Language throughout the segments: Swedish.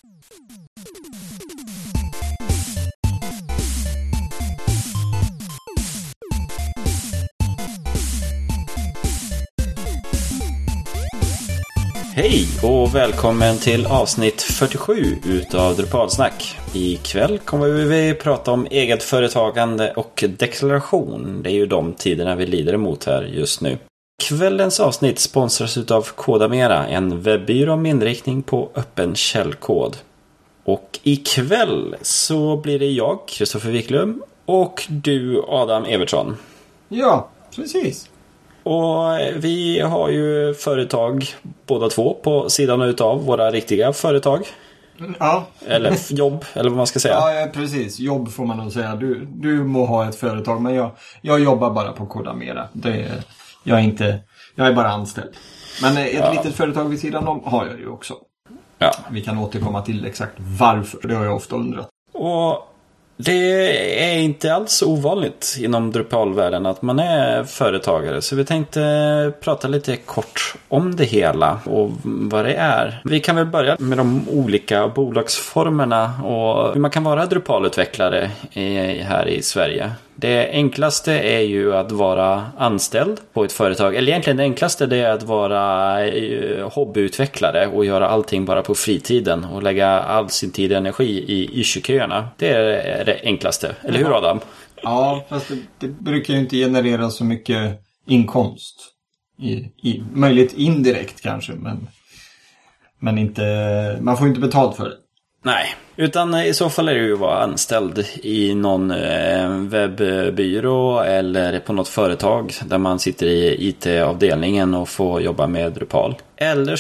Hej och välkommen till avsnitt 47 utav Drupalsnack. Ikväll kommer vi prata om eget företagande och deklaration. Det är ju de tiderna vi lider emot här just nu. Kvällens avsnitt sponsras utav Kodamera, en webbyrå med inriktning på öppen källkod. Och ikväll så blir det jag, Kristoffer Wiklund, och du, Adam Evertsson. Ja, precis. Och vi har ju företag båda två på sidan utav våra riktiga företag. Ja. Eller jobb, eller vad man ska säga. Ja, precis. Jobb får man nog säga. Du må ha ett företag, men jag jobbar bara på Kodamera. Jag är bara anställd. Men ett litet företag vid sidan om har jag ju också. Ja. Vi kan återkomma till exakt varför. Det har jag ofta undrat. Och det är inte alls ovanligt inom Drupal-världen att man är företagare. Så vi tänkte prata lite kort om det hela och vad det är. Vi kan väl börja med de olika bolagsformerna och hur man kan vara Drupal-utvecklare här i Sverige. Det enklaste är ju att vara anställd på ett företag. Eller egentligen det enklaste det är att vara hobbyutvecklare och göra allting bara på fritiden. Och lägga all sin tid och energi i issue-köerna. Det är det enklaste. Eller hur, Adam? Ja, fast det brukar ju inte generera så mycket inkomst. Möjligt indirekt kanske, men inte, man får inte betalt för det. Nej, utan i så fall är det ju att vara anställd i någon webbyrå eller på något företag där man sitter i IT-avdelningen och får jobba med Drupal. Eller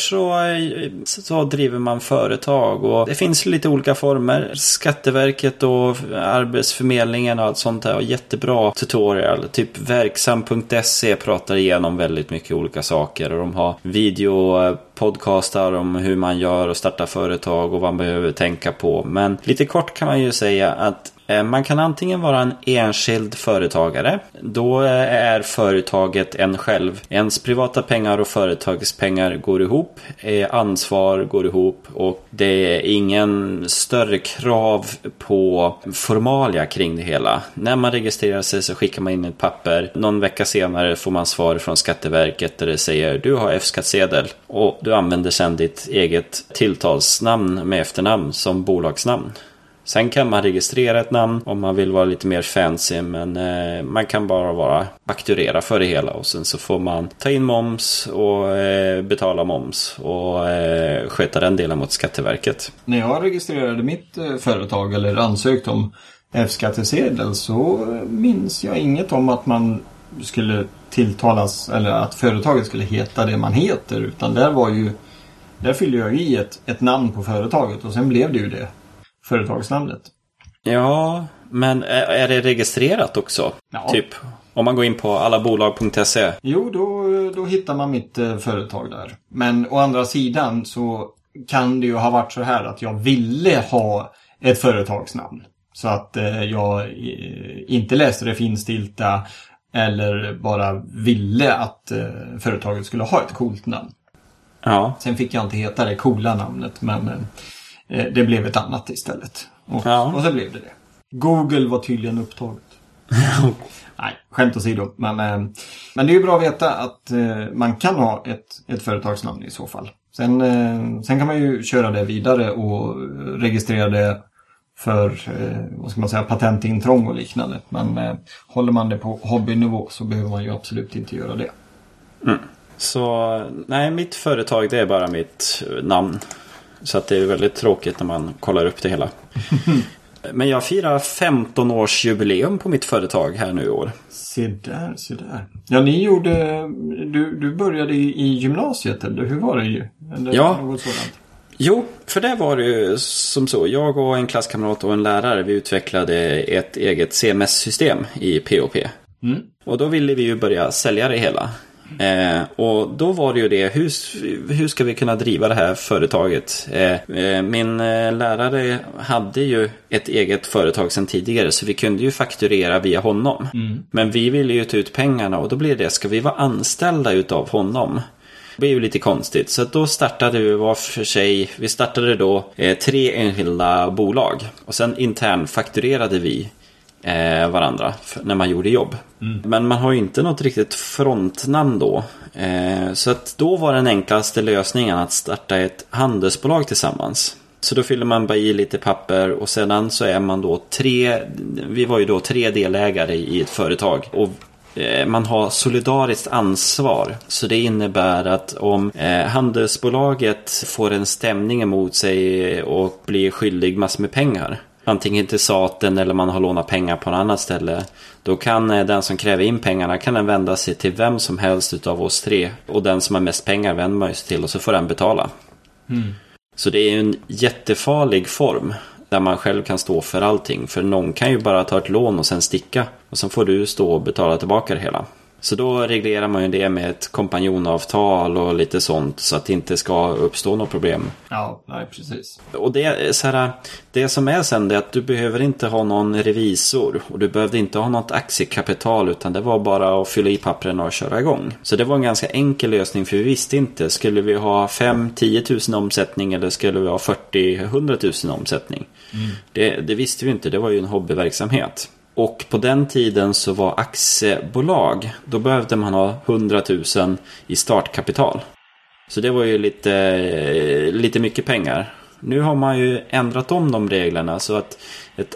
så driver man företag och det finns lite olika former. Skatteverket och Arbetsförmedlingen och allt sånt där. Jättebra tutorial. Typ verksam.se pratar igenom väldigt mycket olika saker. Och de har videopodcastar om hur man gör och startar företag och vad man behöver tänka på. Men lite kort kan man ju säga att man kan antingen vara en enskild företagare. Då är företaget en själv. Ens privata pengar och företagets pengar går ihop. Ansvar går ihop. Och det är ingen större krav på formalia kring det hela. När man registrerar sig så skickar man in ett papper. Någon vecka senare får man svar från Skatteverket där det säger du har F-skattsedel. Och du använder sedan ditt eget tilltalsnamn med efternamn som bolagsnamn. Sen kan man registrera ett namn om man vill vara lite mer fancy, men man kan bara fakturera för det hela och sen så får man ta in moms och betala moms och sköta den delen mot Skatteverket. När jag registrerade mitt företag eller ansökt om F-skattesedel så minns jag inget om att man skulle tilltalas eller att företaget skulle heta det man heter, utan där fyllde jag i ett namn på företaget och sen blev det ju det. Företagsnamnet. Ja, men är det registrerat också? Ja. Typ, om man går in på allabolag.se. Jo, då hittar man mitt företag där. Men å andra sidan så kan det ju ha varit så här att jag ville ha ett företagsnamn. Så att jag inte läste det finstilta eller bara ville att företaget skulle ha ett coolt namn. Ja. Sen fick jag inte heta det coola namnet, men det blev ett annat istället. Och så blev det. Google var tydligen upptaget. Nej, skämt åsido. Men det är ju bra att veta att man kan ha ett företagsnamn i så fall. Sen kan man ju köra det vidare och registrera det för vad ska man säga, patentintrång och liknande. Men håller man det på hobbynivå så behöver man ju absolut inte göra det. Mm. Så nej, mitt företag det är bara mitt namn. Så att det är väldigt tråkigt när man kollar upp det hela. Men jag firar 15-årsjubileum på mitt företag här nu i år. Se där. Ja, du började i gymnasiet, eller hur var det ju? Eller ja. Något sådant? Jo, för det var det ju som så. Jag och en klasskamrat och en lärare, vi utvecklade ett eget CMS-system i POP. Mm. Och då ville vi ju börja sälja det hela. Och då var det ju det, hur ska vi kunna driva det här företaget? Min lärare hade ju ett eget företag sedan tidigare, så vi kunde ju fakturera via honom. Men vi ville ju ta ut pengarna och då blir det, ska vi vara anställda utav honom? blev ju lite konstigt. Så då startade vi var för sig. Vi startade då 3 enskilda bolag. Och sen internfakturerade vi varandra när man gjorde jobb. Men man har ju inte något riktigt frontnamn då. Så att då var den enklaste lösningen att starta ett handelsbolag tillsammans. Så då fyller man bara i lite papper och sedan så är man då vi var ju då 3 delägare i ett företag och man har solidariskt ansvar. Så det innebär att om handelsbolaget får en stämning emot sig och blir skyldig massor med pengar, antingen till staten eller man har lånat pengar på något annat ställe, då kan den som kräver in pengarna kan den vända sig till vem som helst utav oss 3 och den som har mest pengar vänder man sig till och så får den betala. Så det är en jättefarlig form där man själv kan stå för allting. För någon kan ju bara ta ett lån och sen sticka. Och sen får du stå och betala tillbaka det hela. Så då reglerar man ju det med ett kompanjonavtal och lite sånt så att det inte ska uppstå något problem. Ja, nej, precis. Och det som är sen är att du behöver inte ha någon revisor och du behövde inte ha något aktiekapital utan det var bara att fylla i papperna och köra igång. Så det var en ganska enkel lösning för vi visste inte, skulle vi ha 5-10 000 omsättning eller skulle vi ha 40-100 000 omsättning? Det visste vi inte, det var ju en hobbyverksamhet. Och på den tiden så var aktiebolag, då behövde man ha 100 000 i startkapital. Så det var ju lite mycket pengar. Nu har man ju ändrat om de reglerna så att ett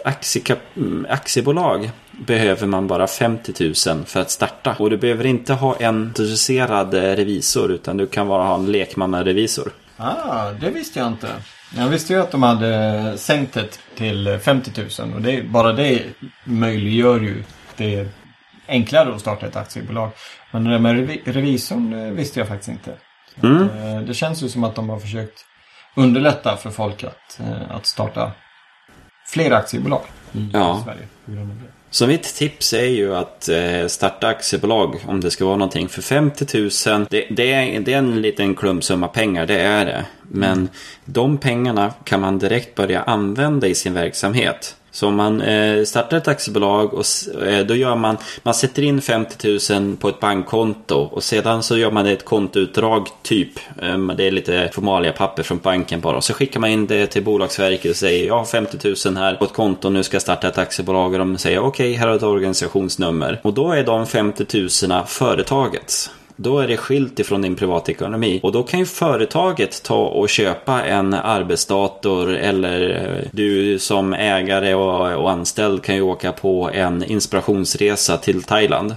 aktiebolag behöver man bara 50 000 för att starta. Och du behöver inte ha en intresserad revisor utan du kan bara ha en lekmannarevisor. Det visste jag inte. Jag visste ju att de hade sänkt det till 50 000 och bara det möjliggör ju det enklare att starta ett aktiebolag. Men det med revisorn visste jag faktiskt inte. Det känns ju som att de har försökt underlätta för folk att starta fler aktiebolag i Sverige. Så mitt tips är ju att starta aktiebolag om det ska vara någonting. För 50 000, det är en liten klumpsumma pengar, det är det. Men de pengarna kan man direkt börja använda i sin verksamhet. Så om man startar ett aktiebolag och då gör man sätter in 50 000 på ett bankkonto och sedan så gör man ett kontoutdrag typ. Det är lite formalia papper från banken bara. Och så skickar man in det till Bolagsverket och säger jag har 50 000 här på ett konto, nu ska jag starta ett aktiebolag. Och de säger okej, här har ett organisationsnummer. Och då är de 50 000 företagets. Då är det skilt ifrån din privatekonomi. Och då kan ju företaget ta och köpa en arbetsdator eller du som ägare och anställd kan ju åka på en inspirationsresa till Thailand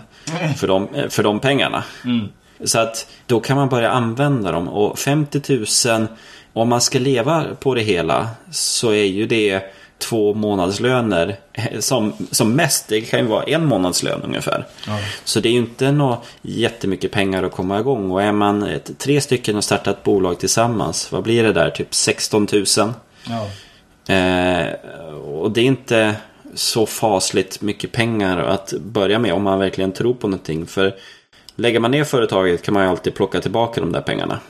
för de pengarna. Så att då kan man börja använda dem. Och 50 000, om man ska leva på det hela så är ju det 2 månadslöner som mest. Det kan ju vara 1 månadslön ungefär. Så det är ju inte något jättemycket pengar att komma igång. Och är man 3 stycken och startar ett bolag tillsammans, vad blir det där? Typ 16 000. Och det är inte så fasligt mycket pengar att börja med om man verkligen tror på någonting. För lägger man ner företaget kan man ju alltid plocka tillbaka de där pengarna.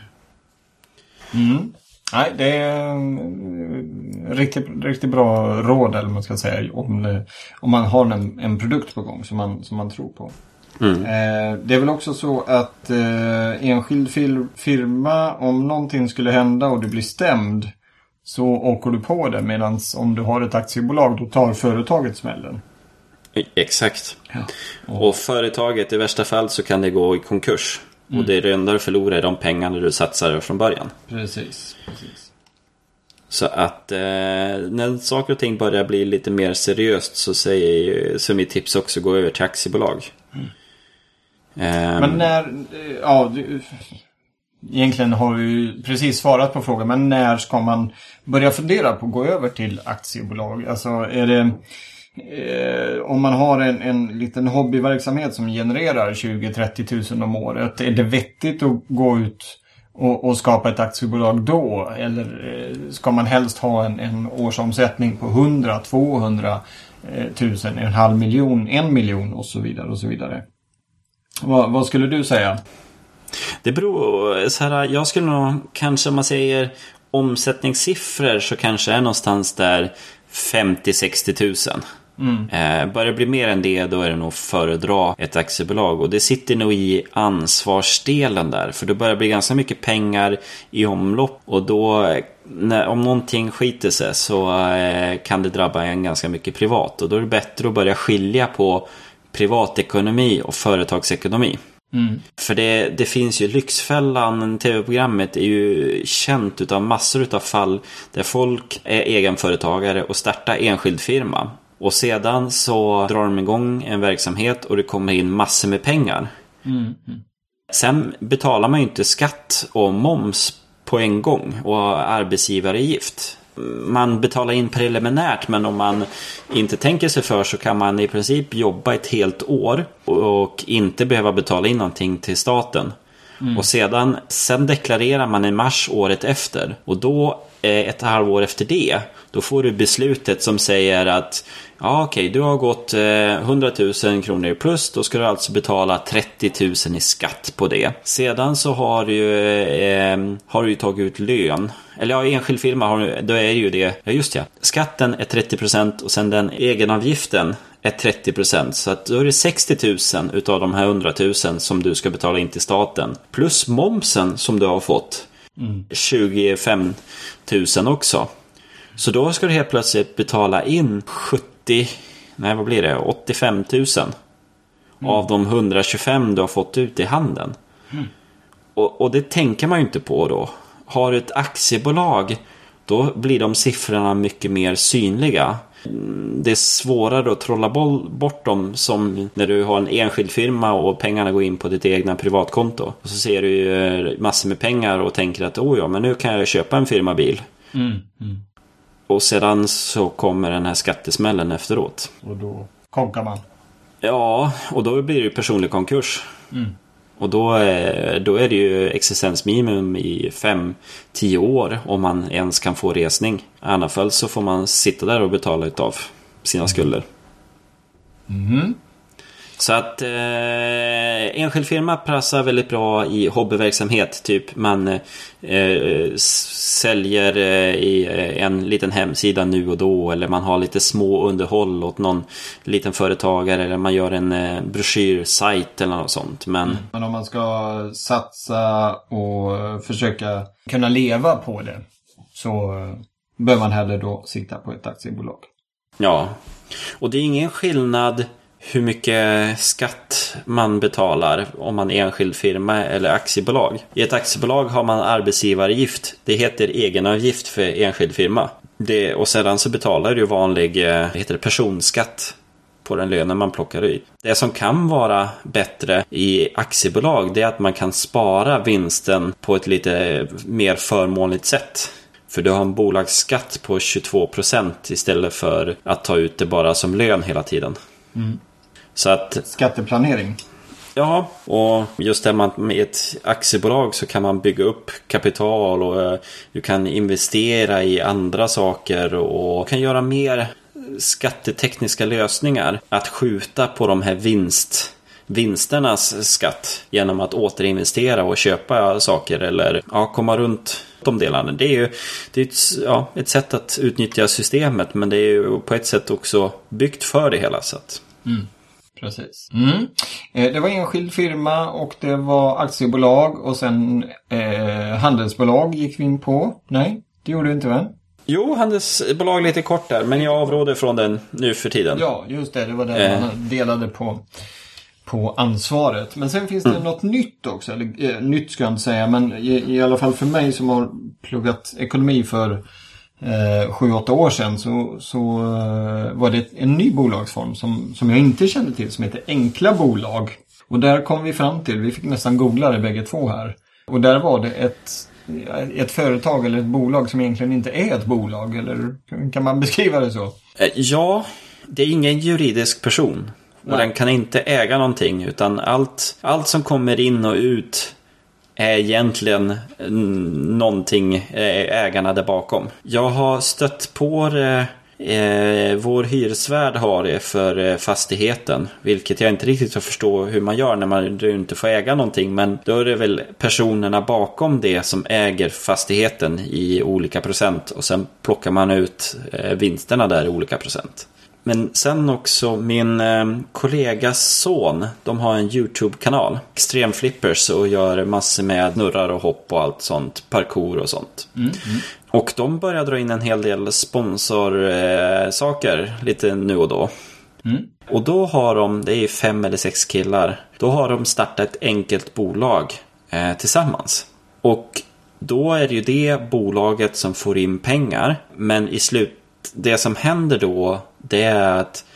Nej, det är riktigt bra råd eller man ska säga om man har en produkt på gång som man tror på. Det är väl också så att enskild firma, om någonting skulle hända och du blir stämd så åker du på det, medan om du har ett aktiebolag då tar företaget smällen. Exakt. Och företaget i värsta fall så kan det gå i konkurs. Och det enda du förlorar är de pengarna du satsar från början. Precis. Så att när saker och ting börjar bli lite mer seriöst så mitt tips också gå över till aktiebolag. Men egentligen har vi ju precis svarat på frågan, men när ska man börja fundera på att gå över till aktiebolag? Alltså är det om man har en liten hobbyverksamhet som genererar 20-30 000 om året, är det vettigt att gå ut och skapa ett aktiebolag då? Eller ska man helst ha en årsomsättning på 100-200 000, 500 000, 1 miljon och så vidare och så vidare? Vad skulle du säga? Det beror så här, jag skulle nog kanske, om man säger omsättningssiffror så kanske är någonstans där 50-60 000. Börjar det bli mer än det, då är det nog föredra ett aktiebolag. Och det sitter nog i ansvarsdelen där. För det börjar bli ganska mycket pengar i omlopp. Och då, om någonting skiter sig, så kan det drabba en ganska mycket privat. Och då är det bättre att börja skilja på privatekonomi och företagsekonomi. För det finns ju Lyxfällan, tv-programmet är ju känt utav massor utav fall där folk är egenföretagare och startar enskild firma. Och sedan så drar de igång en verksamhet och det kommer in massor med pengar. Sen betalar man ju inte skatt och moms på en gång och arbetsgivaravgift. Man betalar in preliminärt, men om man inte tänker sig för så kan man i princip jobba ett helt år och inte behöva betala in någonting till staten. Och sen deklarerar man i mars året efter, och då ett halvår efter det, då får du beslutet som säger att ja, okej, du har gått 100 000 kronor plus, då ska du alltså betala 30 000 i skatt på det. Sedan så har du ju tagit ut lön. Eller ja, enskild firma då är ju det. Ja, just ja. Skatten är 30% och sen den egenavgiften är 30%. Så att då är det 60 000 utav de här 100 000 som du ska betala in till staten. Plus momsen som du har fått. 25 000 också. Så då ska du helt plötsligt betala in 85 000 av de 125 du har fått ut i handen. Och det tänker man ju inte på då. Har du ett aktiebolag, då blir de siffrorna mycket mer synliga. Det är svårare att trolla bort dem, som när du har en enskild firma och pengarna går in på ditt egna privatkonto. Och så ser du ju massor med pengar och tänker att men nu kan jag köpa en firmabil. Och sedan så kommer den här skattesmällen efteråt. Och då konkar man. Ja, och då blir det ju personlig konkurs. Och då är det ju existensminimum i 5-10 år om man ens kan få resning. I alla fall så får man sitta där och betala utav sina skulder. Så att enskild firma passar väldigt bra i hobbyverksamhet. Typ man säljer i en liten hemsida nu och då. Eller man har lite små underhåll åt någon liten företagare. Eller man gör en broschyrsajt eller något sånt. Men om man ska satsa och försöka kunna leva på det, så bör man hellre då sikta på ett aktiebolag. Ja, och det är ingen skillnad hur mycket skatt man betalar om man är enskild firma eller aktiebolag. I ett aktiebolag har man arbetsgivaravgift. Det heter egenavgift för enskild firma. Och sedan så betalar du vanlig personskatt på den lönen man plockar ut. Det som kan vara bättre i aktiebolag, det är att man kan spara vinsten på ett lite mer förmånligt sätt. För du har en bolagsskatt på 22% istället för att ta ut det bara som lön hela tiden. Så att skatteplanering. Ja, och just det med ett aktiebolag så kan man bygga upp kapital och du kan investera i andra saker och kan göra mer skattetekniska lösningar. Att skjuta på de här vinsternas skatt genom att återinvestera och köpa saker eller komma runt de delarna. Det är ett sätt att utnyttja systemet, men det är ju på ett sätt också byggt för det hela. Så att. Precis. Det var enskild firma och det var aktiebolag och sen handelsbolag gick vi in på. Nej, det gjorde du inte, va? Jo, handelsbolag lite kort där, men jag avråder från den nu för tiden. Ja, just det. Det var det man delade på ansvaret. Men sen finns det något nytt också. Eller nytt ska jag inte säga, men i alla fall för mig som har pluggat ekonomi för 7-8 år sedan så var det en ny bolagsform som jag inte kände till, som heter enkla bolag. Och där kom vi fram till, vi fick nästan googla det bägge två här. Och där var det ett företag eller ett bolag som egentligen inte är ett bolag, eller kan man beskriva det så? Ja, det är ingen juridisk person. Och den kan inte äga någonting, utan allt som kommer in och ut är egentligen någonting ägarna där bakom. Jag har stött på det, vår hyresvärd har det för fastigheten, vilket jag inte riktigt förstår hur man gör när man inte får äga någonting, men då är det väl personerna bakom det som äger fastigheten i olika procent och sen plockar man ut vinsterna där i olika procent. Men sen också min kollegas son, de har en YouTube-kanal, Extremflippers, och gör massor med snurrar och hopp och allt sånt, parkour och sånt. Och de börjar dra in en hel del sponsorsaker lite nu och då. Och då har de, det är 5 eller 6 killar, då har de startat ett enkelt bolag tillsammans. Och då är det ju det bolaget som får in pengar, men i det som händer då, det är att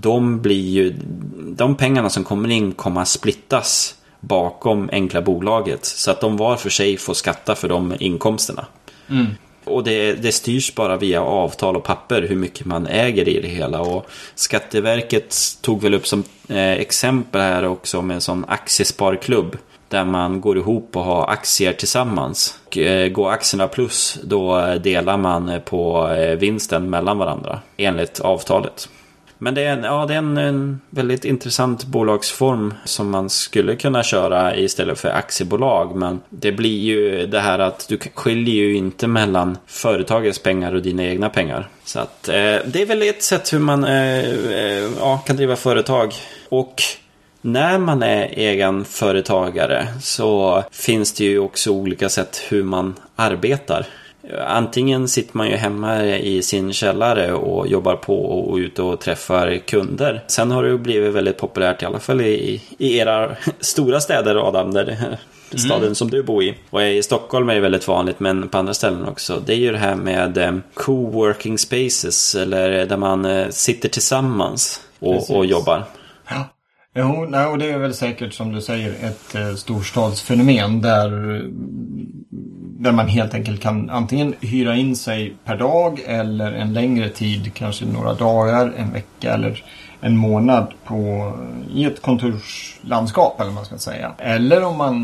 de pengarna som kommer in kommer att splittas bakom enkla bolaget, så att de var för sig får skatta för de inkomsterna. Och det styrs bara via avtal och papper hur mycket man äger i det hela. Och Skatteverket tog väl upp som exempel här också med en sån aktiesparklubb där man går ihop och har aktier tillsammans. Och går aktierna plus, då delar man på vinsten mellan varandra enligt avtalet. Men det är en väldigt intressant bolagsform som man skulle kunna köra istället för aktiebolag. Men det blir ju det här att du skiljer ju inte mellan företagets pengar och dina egna pengar. Så att det är väl ett sätt hur man kan driva företag. Och när man är egenföretagare så finns det ju också olika sätt hur man arbetar. Antingen sitter man ju hemma i sin källare och jobbar på och ut och träffar kunder. Sen har det ju blivit väldigt populärt, i alla fall i era stora städer, Adam, staden som du bor i. Och i Stockholm är det väldigt vanligt, men på andra ställen också. Det är ju det här med co-working spaces, eller där man sitter tillsammans och jobbar. Ja. Jo, och det är väl säkert som du säger ett storstadsfenomen där man helt enkelt kan antingen hyra in sig per dag eller en längre tid, kanske några dagar, en vecka eller en månad i ett kontorslandskap, eller vad man ska säga. Eller om man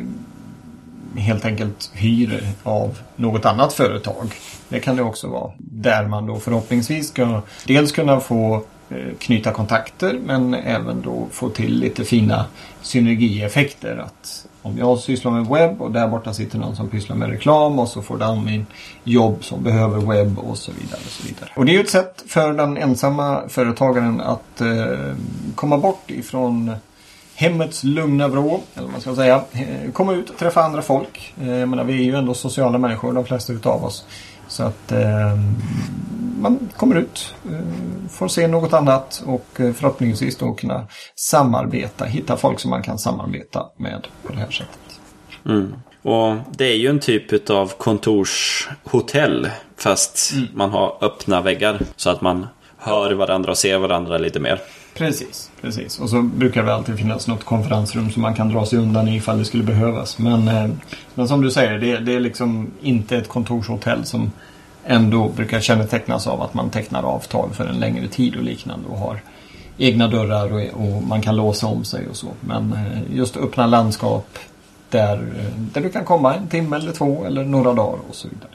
helt enkelt hyr av något annat företag. Det kan det också vara. Där man då förhoppningsvis ska dels kunna få knyta kontakter, men även då få till lite fina synergieffekter. Att om jag sysslar med webb och där borta sitter någon som pysslar med reklam, och så får den min jobb som behöver webb och så vidare. Och så vidare. Och det är ju ett sätt för den ensamma företagaren att komma bort ifrån hemmets lugna vrå, eller man ska säga. Komma ut och träffa andra folk. Men vi är ju ändå sociala människor, de flesta utav oss. Så att man kommer ut, får se något annat och förhoppningsvis då kunna samarbeta, hitta folk som man kan samarbeta med på det här sättet. Och det är ju en typ av kontorshotell, fast man har öppna väggar så att man hör varandra och ser varandra lite mer. Precis. Och så brukar det alltid finnas något konferensrum som man kan dra sig undan ifall det skulle behövas. Men som du säger, det är liksom inte ett kontorshotell som ändå brukar kännetecknas av att man tecknar avtal för en längre tid och liknande och har egna dörrar och man kan låsa om sig och så. Men just öppna landskap där du kan komma en timme eller 2 eller några dagar och så vidare.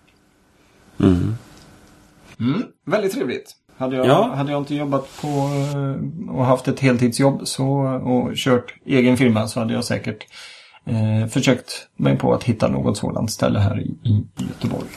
Väldigt trevligt. Hade jag inte jobbat på och haft ett heltidsjobb och kört egen firma, så hade jag säkert försökt mig på att hitta något sådant ställe här i Göteborg.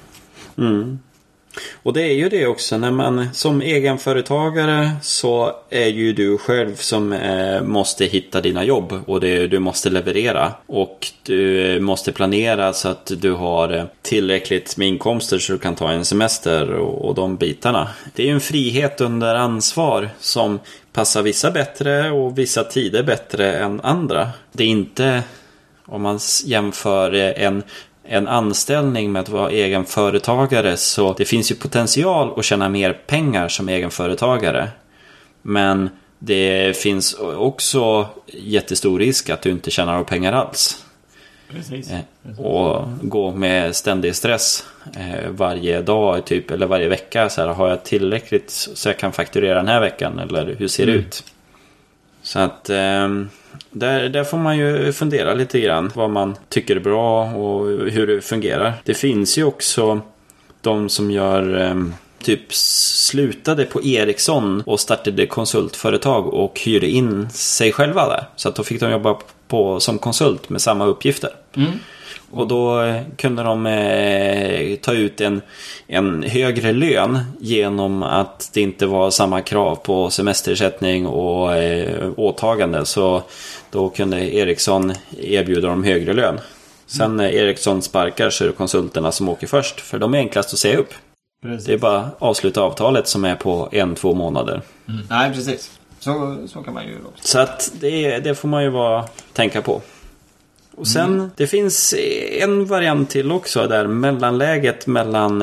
Och det är ju det också, när man som egenföretagare så är ju du själv som måste hitta dina jobb, och du måste leverera, och du måste planera så att du har tillräckligt med inkomster så du kan ta en semester och de bitarna. Det är ju en frihet under ansvar som passar vissa bättre och vissa tider bättre än andra. Det är inte, om man jämför en anställning med att vara egenföretagare, så det finns ju potential att tjäna mer pengar som egenföretagare. Men det finns också jättestor risk att du inte tjänar några pengar alls. Precis. Och gå med ständig stress varje dag typ, eller varje vecka. Så här, har jag tillräckligt så jag kan fakturera den här veckan, eller hur ser det ut? Så att där får man ju fundera lite grann vad man tycker är bra och hur det fungerar. Det finns ju också de som gör typ slutade på Ericsson och startade konsultföretag och hyrde in sig själva där. Så att då fick de jobba som konsult med samma uppgifter. Och då kunde de ta ut en högre lön genom att det inte var samma krav på semesterersättning och åtagande. Så då kunde Ericsson erbjuda dem högre lön. Sen när Ericsson sparkar så är det konsulterna som åker först. För de är enklast att säga upp. Precis. Det är bara avsluta avtalet som är på 1-2 månader. Nej, precis. Så kan man ju också. Så att det får man ju tänka på. Och sen, det finns en variant till också där, mellanläget mellan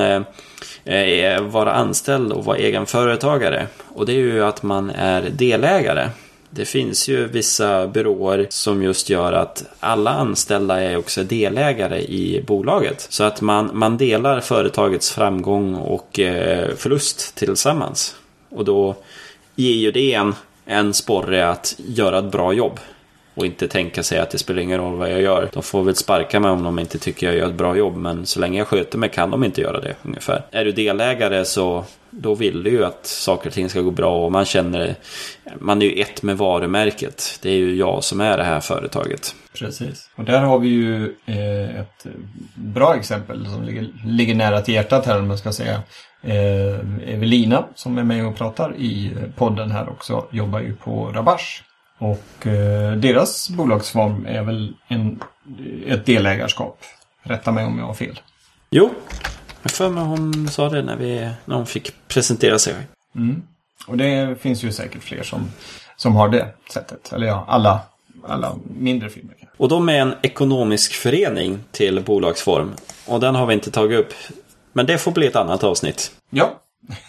vara anställd och vara egenföretagare. Och det är ju att man är delägare. Det finns ju vissa byråer som just gör att alla anställda är också delägare i bolaget. Så att man delar företagets framgång och förlust tillsammans. Och då ger ju det en sporre att göra ett bra jobb. Och inte tänka sig att det spelar ingen roll vad jag gör. De får väl sparka mig om de inte tycker jag gör ett bra jobb. Men så länge jag sköter mig kan de inte göra det ungefär. Är du delägare så då vill du ju att saker och ting ska gå bra. Och man är ju ett med varumärket. Det är ju jag som är det här företaget. Precis. Och där har vi ju ett bra exempel som ligger nära till hjärtat här, om man ska säga. Evelina som är med och pratar i podden här också jobbar ju på Rabars. Och deras bolagsform är väl ett delägarskap. Rätta mig om jag har fel. Jo, jag för mig hon sa det när hon fick presentera sig. Och det finns ju säkert fler som har det sättet. Eller ja, alla mindre firmor. Och de är en ekonomisk förening till bolagsform. Och den har vi inte tagit upp. Men det får bli ett annat avsnitt. Ja.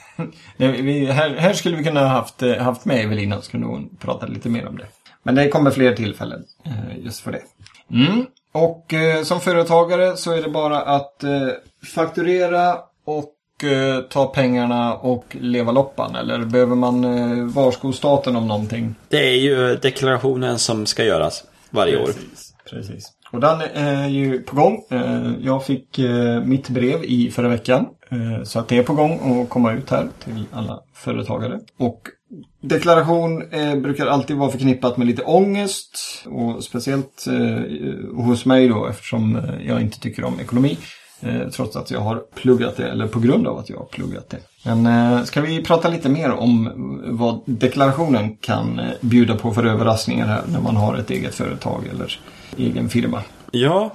Här skulle vi kunna haft med Evelina, så kunde hon prata lite mer om det. Men det kommer fler tillfällen just för det. Och som företagare så är det bara att fakturera och ta pengarna och leva loppan. Eller behöver man varsko staten om någonting? Det är ju deklarationen som ska göras varje år. Precis. Och den är ju på gång. Jag fick mitt brev i förra veckan. Så att det är på gång att komma ut här till alla företagare. Och deklaration brukar alltid vara förknippat med lite ångest. Och speciellt hos mig då, eftersom jag inte tycker om ekonomi. Trots att jag har pluggat det, eller på grund av att jag har pluggat det. Men ska vi prata lite mer om vad deklarationen kan bjuda på för överraskningar här när man har ett eget företag eller egen firma? Ja,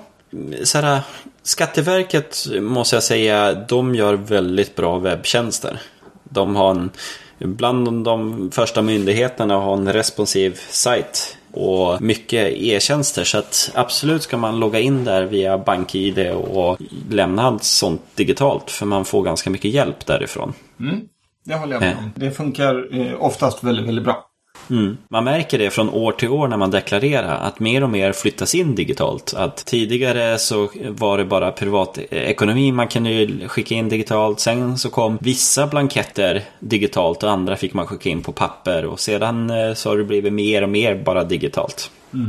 Skatteverket måste jag säga, de gör väldigt bra webbtjänster. De har bland de första myndigheterna har en responsiv sajt och mycket e-tjänster, så att absolut ska man logga in där via BankID och lämna allt sånt digitalt, för man får ganska mycket hjälp därifrån. Det håller jag med om. Det funkar oftast väldigt, väldigt bra. Man märker det från år till år när man deklarerar att mer och mer flyttas in digitalt. Att tidigare så var det bara privatekonomi man kunde skicka in digitalt. Sen så kom vissa blanketter digitalt och andra fick man skicka in på papper. Och sedan så har det blivit mer och mer bara digitalt.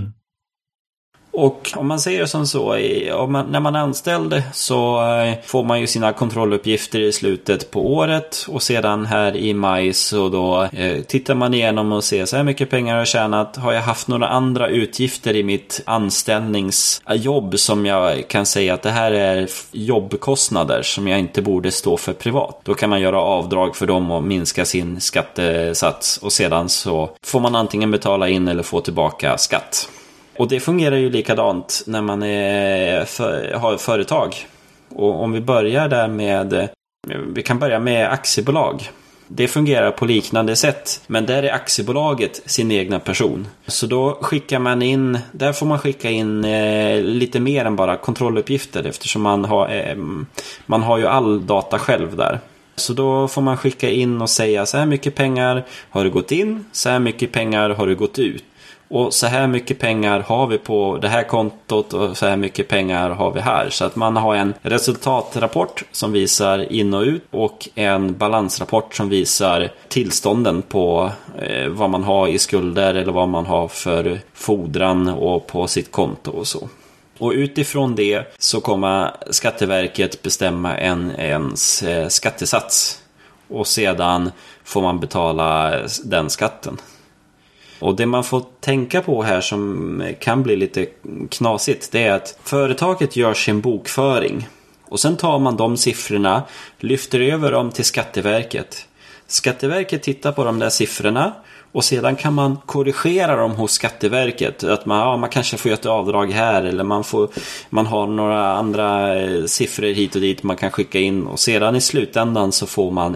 Och om man säger som så, när man är anställd så får man ju sina kontrolluppgifter i slutet på året. Och sedan här i maj så då tittar man igenom och ser så här mycket pengar jag har tjänat. Har jag haft några andra utgifter i mitt anställningsjobb som jag kan säga att det här är jobbkostnader som jag inte borde stå för privat. Då kan man göra avdrag för dem och minska sin skattesats. Och sedan så får man antingen betala in eller få tillbaka skatt. Och det fungerar ju likadant när man har företag. Och om vi börjar där vi kan börja med aktiebolag. Det fungerar på liknande sätt, men där är aktiebolaget sin egna person. Så då skickar man in, där får man skicka in lite mer än bara kontrolluppgifter, eftersom man har ju all data själv där. Så då får man skicka in och säga så här mycket pengar har du gått in, så här mycket pengar har du gått ut. Och så här mycket pengar har vi på det här kontot och så här mycket pengar har vi här. Så att man har en resultatrapport som visar in och ut och en balansrapport som visar tillstånden på vad man har i skulder eller vad man har för fordran och på sitt konto och så. Och utifrån det så kommer Skatteverket bestämma ens skattesats. och sedan får man betala den skatten. Och det man får tänka på här som kan bli lite knasigt, det är att företaget gör sin bokföring och sen tar man de siffrorna, lyfter över dem till Skatteverket. Skatteverket tittar på de där siffrorna och sedan kan man korrigera dem hos Skatteverket. Att man kanske får göra ett avdrag här, eller man har några andra siffror hit och dit man kan skicka in. Och sedan i slutändan så får man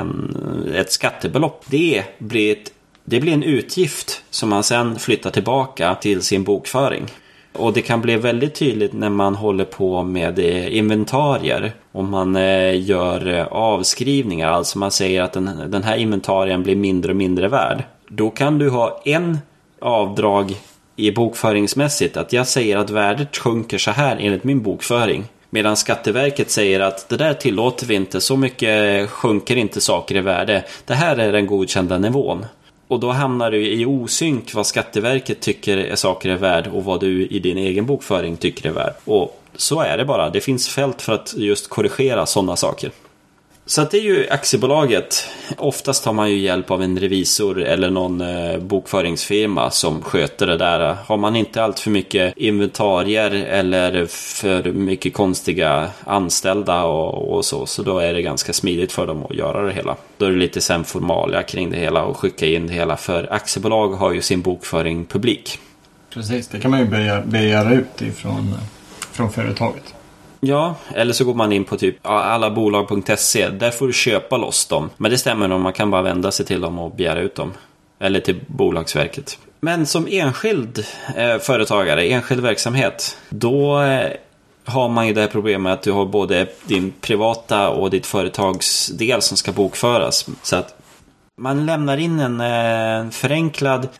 ett skattebelopp. Det blir en utgift som man sedan flyttar tillbaka till sin bokföring. Och det kan bli väldigt tydligt när man håller på med inventarier. Om man gör avskrivningar, alltså man säger att den här inventarien blir mindre och mindre värd. Då kan du ha en avdrag i bokföringsmässigt, att jag säger att värdet sjunker så här enligt min bokföring. Medan Skatteverket säger att det där tillåter vi inte, så mycket sjunker inte saker i värde. Det här är den godkända nivån. Och då hamnar du i osynk vad Skatteverket tycker är saker är värd och vad du i din egen bokföring tycker är värd. Och så är det bara. Det finns fält för att just korrigera sådana saker. Så att det är ju aktiebolaget. Oftast har man ju hjälp av en revisor eller någon bokföringsfirma som sköter det där. Har man inte allt för mycket inventarier eller för mycket konstiga anställda och så då är det ganska smidigt för dem att göra det hela. Då är det lite sen formalia kring det hela och skicka in det hela, för aktiebolag har ju sin bokföring publik. Precis, det kan man ju begära ut från företaget. Ja, eller så går man in på typ allabolag.se. Där får du köpa loss dem. Men det stämmer nog, man kan bara vända sig till dem och begära ut dem. Eller till Bolagsverket. Men som enskild företagare, enskild verksamhet, då har man ju det här problemet att du har både din privata och ditt företags del som ska bokföras. Så att man lämnar in en förenklad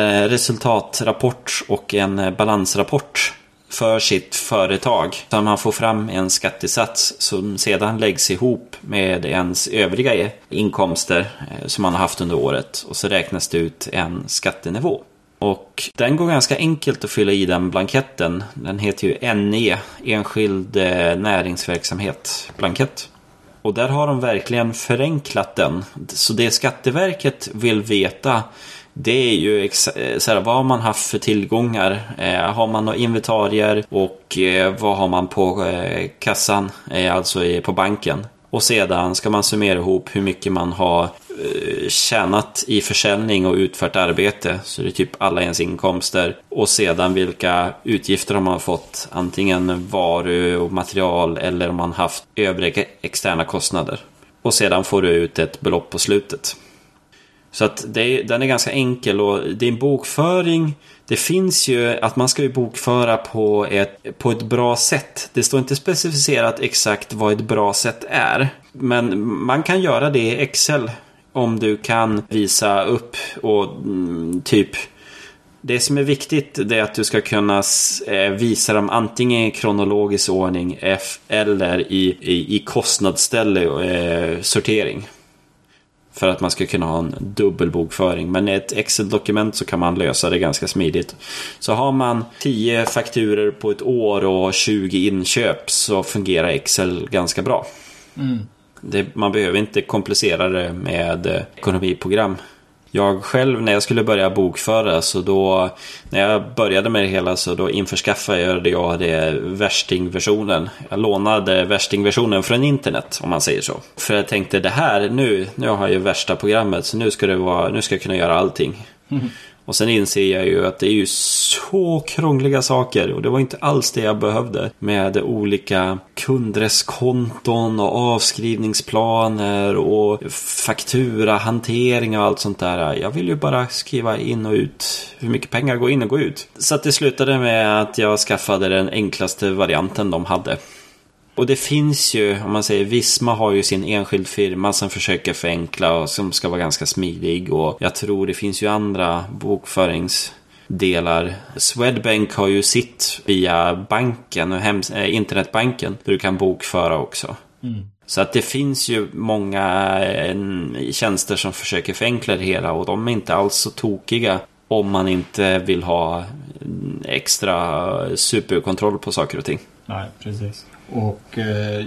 resultatrapport och en balansrapport för sitt företag, så man får fram en skattesats som sedan läggs ihop med ens övriga inkomster som man har haft under året, och så räknas det ut en skattenivå. Och den går ganska enkelt att fylla i den blanketten. Den heter ju NE, enskild näringsverksamhet blankett. Och där har de verkligen förenklat den. Så det Skatteverket vill veta, det är ju vad har man haft för tillgångar, har man några inventarier och vad har man på kassan, alltså på banken. Och sedan ska man summera ihop hur mycket man har tjänat i försäljning och utfört arbete. Så det är typ alla ens inkomster. Och sedan vilka utgifter har man fått, antingen varu och material eller om man haft övriga externa kostnader. Och sedan får du ut ett belopp på slutet. Så att den är ganska enkel, och din bokföring, det finns ju att man ska ju bokföra på ett bra sätt. Det står inte specificerat exakt vad ett bra sätt är, men man kan göra det i Excel om du kan visa upp och typ. Det som är viktigt är att du ska kunna visa dem antingen i kronologisk ordning eller i kostnadsställe sortering. För att man ska kunna ha en dubbelbokföring. Men i ett Excel-dokument så kan man lösa det ganska smidigt. Så har man 10 fakturer på ett år och 20 inköp, så fungerar Excel ganska bra. Man behöver inte komplicera det med ekonomiprogram. Jag själv, när jag skulle börja bokföra, så då, när jag började med det hela, så då införskaffade jag det värstingversionen. Jag lånade värstingversionen från internet, om man säger så. För jag tänkte, det här, nu har jag ju värsta programmet, så nu ska jag kunna göra allting. Och sen inser jag ju att det är ju så krångliga saker, och det var inte alls det jag behövde, med olika kundreskonton och avskrivningsplaner och fakturahantering och allt sånt där. Jag vill ju bara skriva in och ut hur mycket pengar går in och går ut. Så att det slutade med att jag skaffade den enklaste varianten de hade. Och det finns ju, om man säger, Visma har ju sin enskild firma som försöker förenkla och som ska vara ganska smidig. Och jag tror det finns ju andra bokföringsdelar. Swedbank har ju sitt via banken och internetbanken där du kan bokföra också. Så att det finns ju många tjänster som försöker förenkla det hela, och de är inte alls så tokiga om man inte vill ha extra superkontroll på saker och ting. Nej, precis. Och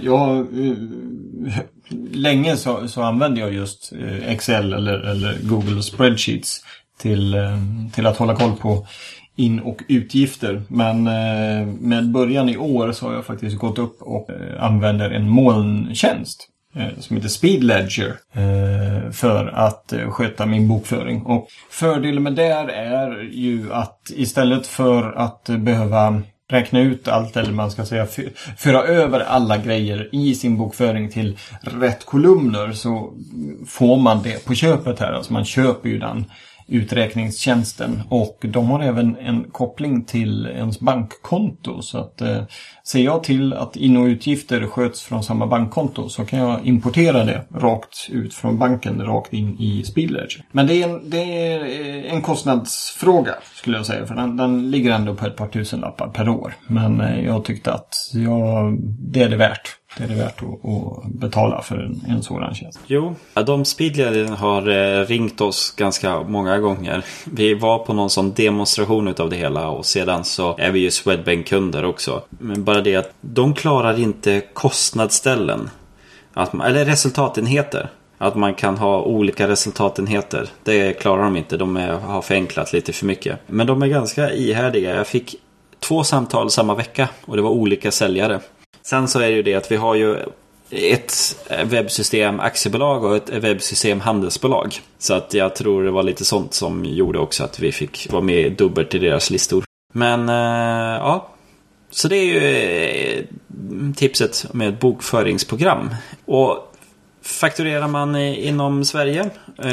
länge så använde jag just Excel eller Google Spreadsheets till att hålla koll på in- och utgifter. Men med början i år så har jag faktiskt gått upp och använder en molntjänst som heter Speed Ledger för att sköta min bokföring. Och fördelen med det är ju att istället för att behöva räkna ut allt, eller man ska säga föra över alla grejer i sin bokföring till rätt kolumner, så får man det på köpet här. Alltså man köper ju den uträkningstjänsten, och de har även en koppling till ens bankkonto, så att ser jag till att in- och utgifter sköts från samma bankkonto, så kan jag importera det rakt ut från banken, rakt in i Speed Ledger. Men det är en kostnadsfråga skulle jag säga, för den ligger ändå på ett par tusenlappar per år. Men jag tyckte att det är det värt. Det är det värt att betala för en sådan tjänst. Jo, de Speedledern har ringt oss ganska många gånger. Vi var på någon sån demonstration utav det hela, och sedan så är vi ju Swedbank-kunder också. Men bara det att de klarar inte kostnadsställen. Eller resultatenheter. Att man kan ha olika resultatenheter. Det klarar de inte. De har förenklat lite för mycket. Men de är ganska ihärdiga. Jag fick 2 samtal samma vecka, och det var olika säljare. Sen så är det ju det att vi har ju ett webbsystem aktiebolag och ett webbsystem handelsbolag. Så att jag tror det var lite sånt som gjorde också att vi fick vara med dubbelt i deras listor. Men ja, så det är ju tipset med ett bokföringsprogram. Och fakturerar man inom Sverige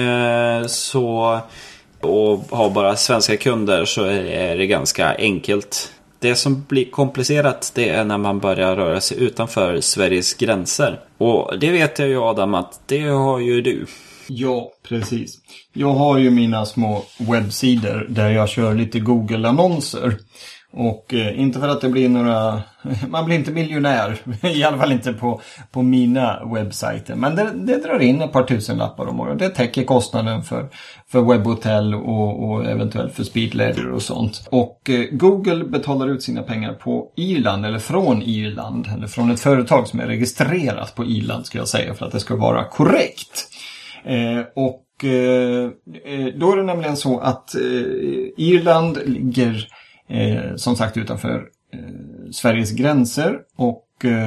och har bara svenska kunder, så är det ganska enkelt. Det som blir komplicerat, det är när man börjar röra sig utanför Sveriges gränser. Och det vet jag ju, Adam, att det har ju du. Ja, precis. Jag har ju mina små webbsidor där jag kör lite Google-annonser. Och inte för att det blir man blir inte miljonär, i alla fall inte på mina webbsajter. Men det drar in ett par tusenlappar om året. Det täcker kostnaden för webbhotell och eventuellt för Speedledger och sånt. Och Google betalar ut sina pengar på Irland, eller från Irland, eller från ett företag som är registrerat på Irland, ska jag säga, för att det ska vara korrekt. Då är det nämligen så att Irland ligger som sagt utanför Sveriges gränser, och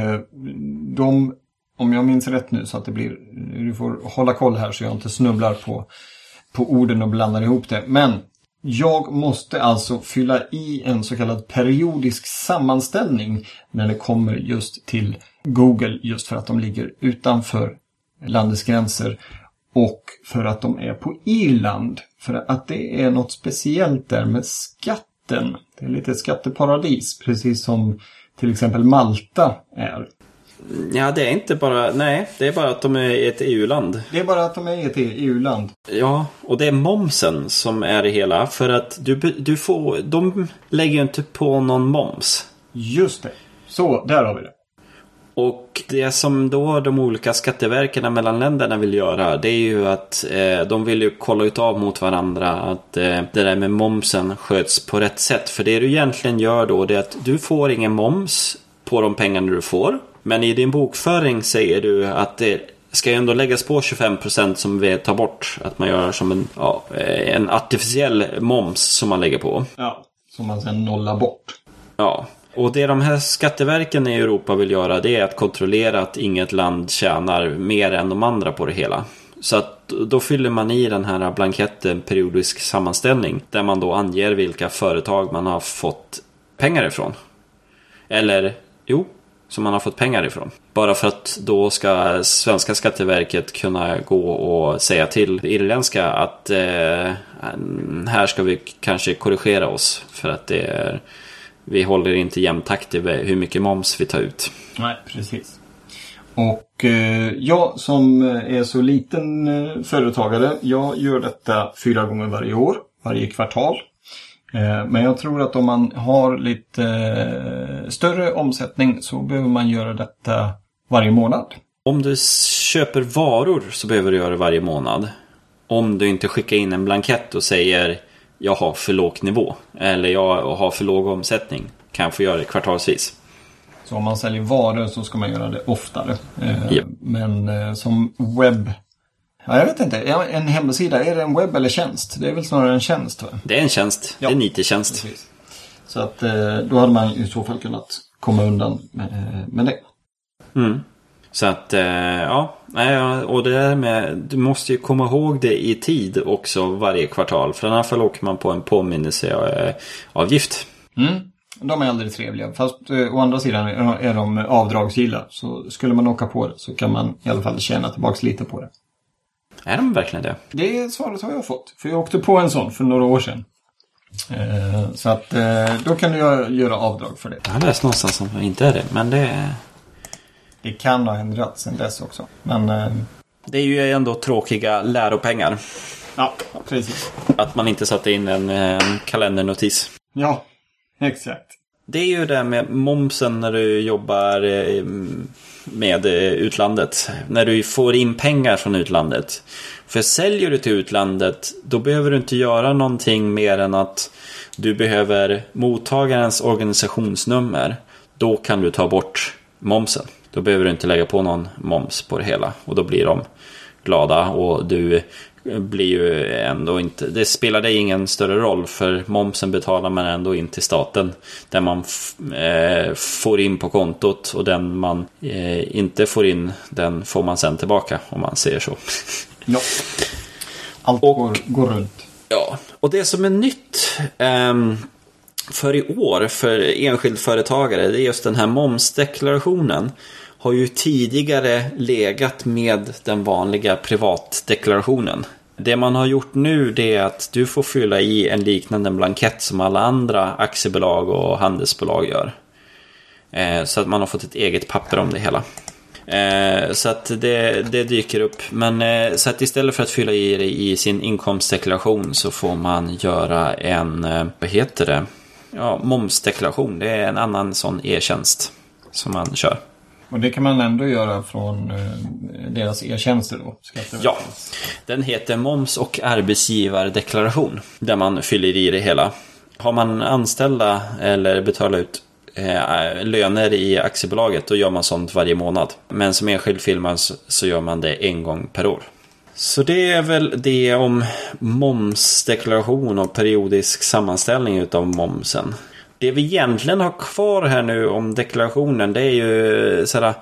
om jag minns rätt nu, så att du får hålla koll här så jag inte snubblar på orden och blandar ihop det, men jag måste alltså fylla i en så kallad periodisk sammanställning när det kommer just till Google, just för att de ligger utanför landets gränser och för att de är på Irland, för att det är något speciellt där med skatt. Det är lite skatteparadis, precis som till exempel Malta är. Ja, det är inte bara... Nej, det är bara att de är ett EU-land. Det är bara att de är ett EU-land. Ja, och det är momsen som är det hela. För att de lägger ju inte på någon moms. Just det. Så, där har vi det. Och det som då de olika skatteverken mellan länderna vill göra, det är ju att de vill ju kolla ut av mot varandra att det där med momsen sköts på rätt sätt. För det du egentligen gör då, det är att du får ingen moms på de pengarna du får. Men i din bokföring säger du att det ska ju ändå läggas på 25% som vi tar bort. Att man gör som en artificiell moms som man lägger på. Ja, som man sen nollar bort. Ja. Och det de här skatteverken i Europa vill göra, det är att kontrollera att inget land tjänar mer än de andra på det hela. Så att då fyller man i den här blanketten periodisk sammanställning, där man då anger vilka företag man har fått pengar ifrån. Som man har fått pengar ifrån. Bara för att då ska svenska skatteverket kunna gå och säga till det irländska att här ska vi kanske korrigera oss, för att vi håller inte jämn takt i hur mycket moms vi tar ut. Nej, precis. Och jag som är så liten företagare, jag gör detta 4 gånger varje år, varje kvartal. Men jag tror att om man har lite större omsättning så behöver man göra detta varje månad. Om du köper varor så behöver du göra det varje månad. Om du inte skickar in en blankett och säger jag har för låg nivå eller jag har för låg omsättning, kan jag få göra det kvartalsvis. Så om man säljer varor så ska man göra det oftare. Yep. Men som webb... Ja, jag vet inte. En hemsida, är det en webb eller tjänst? Det är väl snarare en tjänst, va? Det är en tjänst. Ja. Det är en IT-tjänst. Precis. Så att då hade man i så fall kunnat komma undan med det. Mm. Så att, ja. Och det där med, du måste ju komma ihåg det i tid också varje kvartal. För i alla fall åker man på en påminnelseavgift. Mm. De är aldrig trevliga. Fast å andra sidan är de avdragsgilla. Så skulle man åka på det så kan man i alla fall tjäna tillbaka lite på det. Är de verkligen det? Det svaret har jag fått. För jag åkte på en sån för några år sedan. Så att då kan du göra avdrag för det. Jag har läst någonstans som inte är det. Men det kan ha ändrats sen dess också. Men det är ju ändå tråkiga läropengar. Ja, precis. Att man inte satte in en kalendernotis. Ja, exakt. Det är ju det med momsen när du jobbar med utlandet. När du får in pengar från utlandet. För säljer du till utlandet, då behöver du inte göra någonting mer än att du behöver mottagarens organisationsnummer. Då kan du ta bort momsen. Då behöver du inte lägga på någon moms på det hela. Och då blir de glada och du blir ju ändå inte... Det spelar dig ingen större roll, för momsen betalar man ändå in till staten. Där man får in på kontot, och den man inte får in, den får man sen tillbaka, om man säger så. Ja, allt går runt. Ja, och det som är nytt för i år för enskild företagare, det är just den här momsdeklarationen. Har ju tidigare legat med den vanliga privatdeklarationen. Det man har gjort nu, det är att du får fylla i en liknande blankett som alla andra aktiebolag och handelsbolag gör. Så att man har fått ett eget papper om det hela. Så att det dyker upp. Men så att istället för att fylla i det i sin inkomstdeklaration, så får man göra en, vad heter det? Ja, momsdeklaration. Det är en annan sån e-tjänst som man kör. Och det kan man ändå göra från deras e-tjänster då? Ja, den heter moms- och arbetsgivardeklaration. Där man fyller i det hela. Har man anställda eller betalar ut löner i aktiebolaget, då gör man sånt varje månad. Men som enskild firma så gör man det en gång per år. Så det är väl det om momsdeklaration och periodisk sammanställning utav momsen. Det vi egentligen har kvar här nu om deklarationen, det är ju sådär,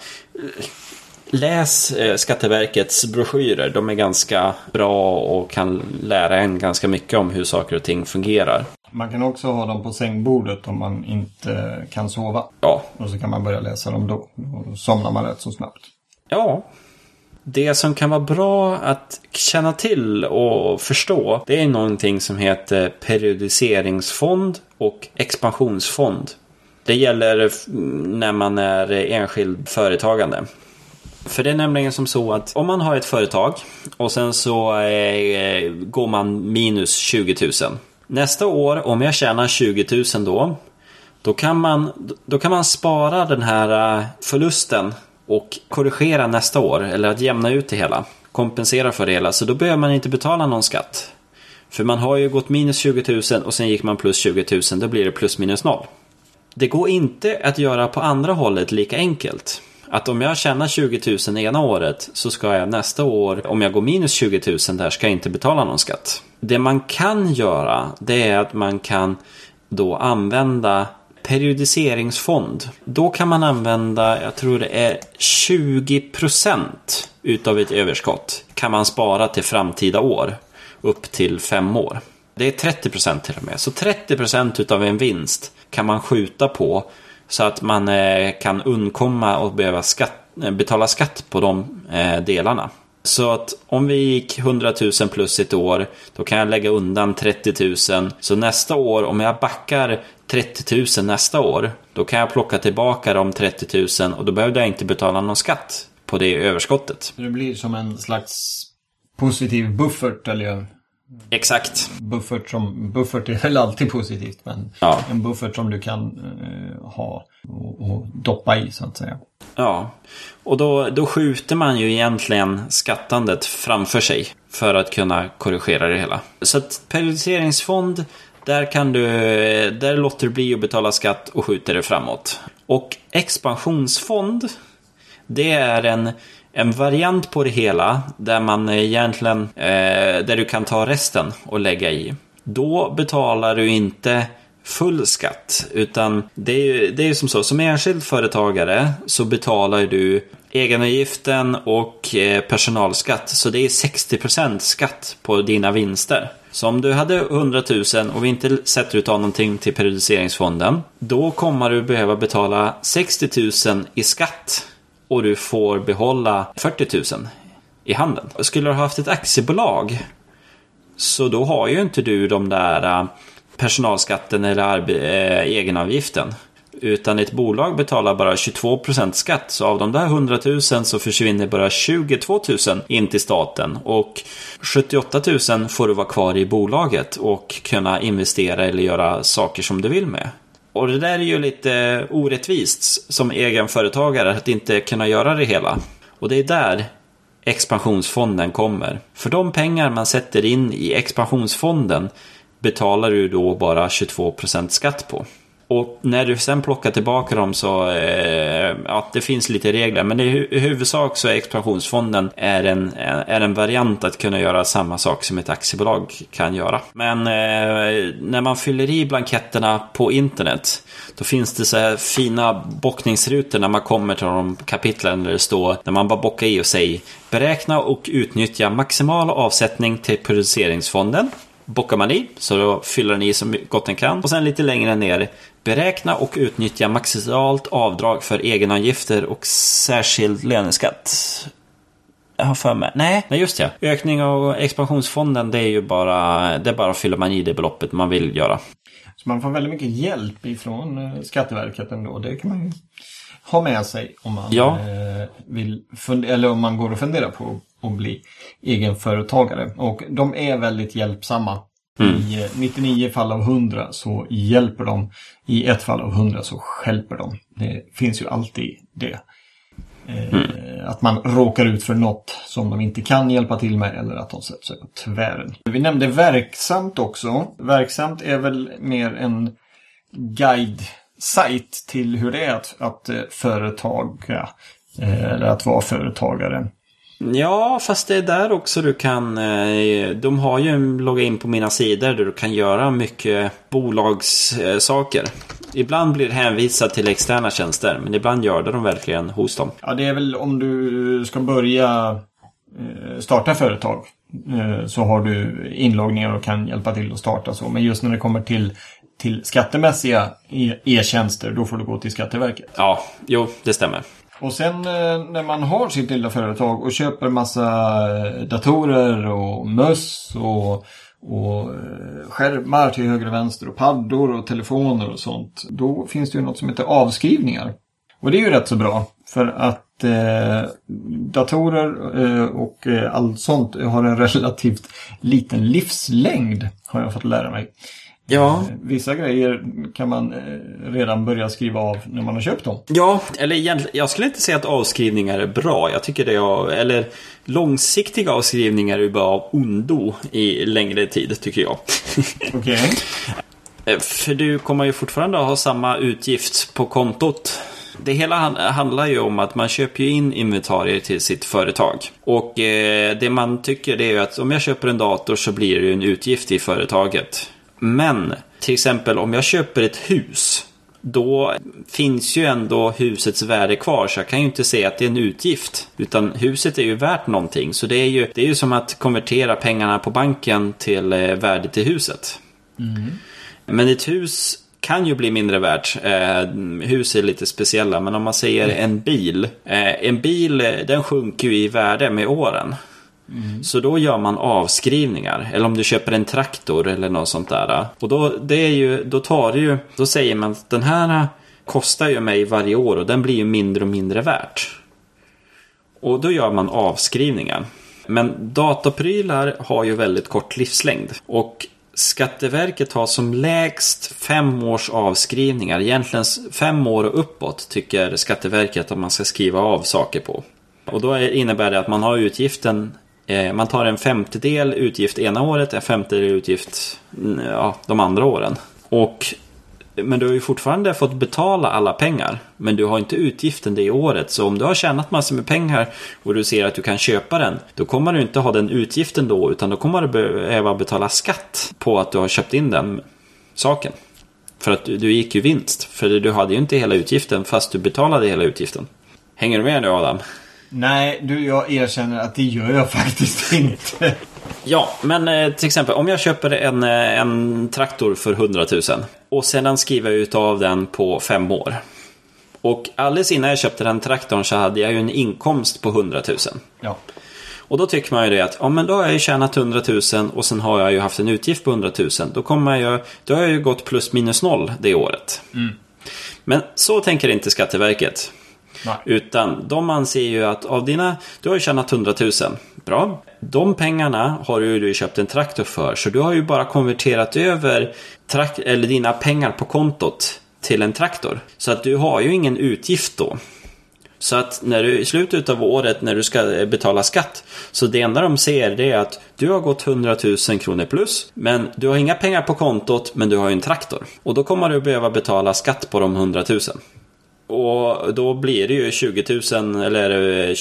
läs Skatteverkets broschyrer. De är ganska bra och kan lära en ganska mycket om hur saker och ting fungerar. Man kan också ha dem på sängbordet om man inte kan sova. Ja. Och så kan man börja läsa dem då. Och somnar man rätt så snabbt. Ja. Det som kan vara bra att känna till och förstå, det är någonting som heter periodiseringsfond och expansionsfond. Det gäller när man är enskild företagande. För det är nämligen som så att om man har ett företag och sen så går man minus 20 000. Nästa år, om jag tjänar 20 000 då kan man spara den här förlusten och korrigera nästa år, eller att jämna ut det hela, kompensera för det hela. Så då behöver man inte betala någon skatt. För man har ju gått minus 20 000 och sen gick man plus 20 000, då blir det plus minus noll. Det går inte att göra på andra hållet lika enkelt. Att om jag tjänar 20 000 ena året, så ska jag nästa år, om jag går minus 20 000 där, ska jag inte betala någon skatt. Det man kan göra, det är att man kan då använda periodiseringsfond. Då kan man använda, jag tror det är 20% utav ett överskott kan man spara till framtida år, upp till 5 år. Det är 30% till och med. Så 30% utav en vinst kan man skjuta på, så att man kan undkomma och behöva betala skatt på de delarna. Så att om vi gick 100 000 plus ett år, då kan jag lägga undan 30 000. Så nästa år, om jag backar 30 000 nästa år, då kan jag plocka tillbaka de 30 000 och då behöver jag inte betala någon skatt på det överskottet. Det blir som en slags positiv buffert, eller? Exakt. Buffert är väl alltid positivt, men ja. En buffert som du kan ha och doppa i, så att säga. Ja, och då skjuter man ju egentligen skattandet framför sig för att kunna korrigera det hela. Så att periodiseringsfond, där låter du bli att betala skatt och skjuter det framåt. Och expansionsfond, det är en variant på det hela där man egentligen där du kan ta resten och lägga i. Då betalar du inte full skatt, utan det är ju som så, som enskild företagare så betalar du egenavgiften och personalskatt, så det är 60% skatt på dina vinster. Så om du hade 100 000 och vi inte sätter ut av någonting till periodiseringsfonden, då kommer du behöva betala 60 000 i skatt och du får behålla 40 000 i handen. Skulle du ha haft ett aktiebolag, så då har ju inte du de där personalskatten eller egenavgiften. Utan ett bolag betalar bara 22% skatt. Så av de där 100 000 så försvinner bara 22 000 in till staten. Och 78 000 får du vara kvar i bolaget och kunna investera eller göra saker som du vill med. Och det där är ju lite orättvist som egenföretagare att inte kunna göra det hela. Och det är där expansionsfonden kommer. För de pengar man sätter in i expansionsfonden betalar du då bara 22% skatt på. Och när du sen plockar tillbaka dem så, det finns lite regler. Men i huvudsak så är expansionsfonden är en variant att kunna göra samma sak som ett aktiebolag kan göra. Men när man fyller i blanketterna på internet, då finns det så här fina bockningsrutor när man kommer till de kapitlen där det står, när man bara bockar i och säger beräkna och utnyttja maximal avsättning till periodiseringsfonden. Bockar man i, så då fyller den i så gott den kan. Och sen lite längre ner, beräkna och utnyttja maximalt avdrag för egenavgifter och särskild löneskatt. Jag har för mig. Nej, just det. Ökning av expansionsfonden, det är ju bara fyller man i det beloppet man vill göra. Så man får väldigt mycket hjälp ifrån Skatteverket ändå. Det kan man ju ha med sig om man vill eller om man går och funderar på att bli egenföretagare. Och de är väldigt hjälpsamma. I 99 fall av 100 så hjälper de. I ett fall av 100 så stjälper de. Det finns ju alltid det. Att man råkar ut för något som de inte kan hjälpa till med, eller att de sätter sig på tvären. Vi nämnde Verksamt också. Verksamt är väl mer en guide-sajt till hur det är att företaga eller att vara företagare. Ja, fast det är där också du kan, de har ju loggat in på mina sidor där du kan göra mycket bolagssaker. Ibland blir det hänvisat till externa tjänster, men ibland gör de verkligen hos dem. Ja, det är väl om du ska börja starta företag så har du inloggningar och kan hjälpa till att starta så. Men just när det kommer till skattemässiga e-tjänster, då får du gå till Skatteverket. Ja, jo, det stämmer. Och sen när man har sitt lilla företag och köper massa datorer och möss och skärmar till höger och vänster och paddor och telefoner och sånt, då finns det ju något som heter avskrivningar. Och det är ju rätt så bra, för att datorer och allt sånt har en relativt liten livslängd, har jag fått lära mig. Ja. Vissa grejer kan man redan börja skriva av när man har köpt dem. Ja, eller egentligen, jag skulle inte säga att avskrivningar är bra. Jag tycker det är, eller långsiktiga avskrivningar är bara av ondo i längre tid, tycker jag. Okej. För du kommer ju fortfarande ha samma utgift på kontot. Det hela handlar ju om att man köper ju in inventarier till sitt företag. Och det man tycker det är ju att om jag köper en dator så blir det en utgift i företaget. Men till exempel om jag köper ett hus, då finns ju ändå husets värde kvar, så jag kan ju inte säga att det är en utgift, utan huset är ju värt någonting. Så det är ju som att konvertera pengarna på banken till värdet i huset. Men ett hus kan ju bli mindre värt. Hus är lite speciella, men om man säger en bil den sjunker ju i värde med åren. Så då gör man avskrivningar. Eller om du köper en traktor eller något sånt där. Och då säger man att den här kostar ju mig varje år och den blir ju mindre och mindre värt. Och då gör man avskrivningar. Men dataprylar har ju väldigt kort livslängd. Och Skatteverket har som lägst 5 års avskrivningar. Egentligen 5 år och uppåt tycker Skatteverket att man ska skriva av saker på. Och då innebär det att man har utgiften. Man tar en 50-del utgift ena året, en 50-del utgift de andra åren. Och Men du har ju fortfarande fått betala alla pengar. Men du har inte utgiften det året. Så om du har tjänat massor med pengar och du ser att du kan köpa den, då kommer du inte ha den utgiften då, utan då kommer du behöva betala skatt på att du har köpt in den saken. För att du gick ju vinst. För du hade ju inte hela utgiften fast du betalade hela utgiften. Hänger du med nu, Adam? Nej, jag erkänner att det gör jag faktiskt inte. Ja, men till exempel om jag köper en traktor för 100 000 och sedan skriver jag ut av den på 5 år. Och alldeles innan jag köpte den traktorn så hade jag ju en inkomst på 100 000. Ja. Och då tycker man ju det att ja, men då har jag ju tjänat 100 000 och sen har jag ju haft en utgift på 100 000. Då har jag ju gått plus minus noll det året. Mm. Men så tänker inte Skatteverket. Nej. Utan de anser ju att du har ju tjänat 100 000. Bra. De pengarna har du köpt en traktor för. Så du har ju bara konverterat över dina pengar på kontot till en traktor. Så att du har ju ingen utgift då. Så att när du i slutet av året när du ska betala skatt, så det enda de ser det är att du har gått 100 000 kronor plus, men du har inga pengar på kontot, men du har ju en traktor. Och då kommer du behöva betala skatt på de 100 000. Och då blir det ju 20 000 eller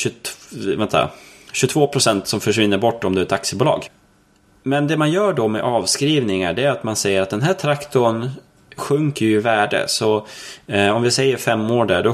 22% som försvinner bort om du är ett aktiebolag. Men det man gör då med avskrivningar, det är att man säger att den här traktorn sjunker ju i värde. Så om vi säger 5 år där, då,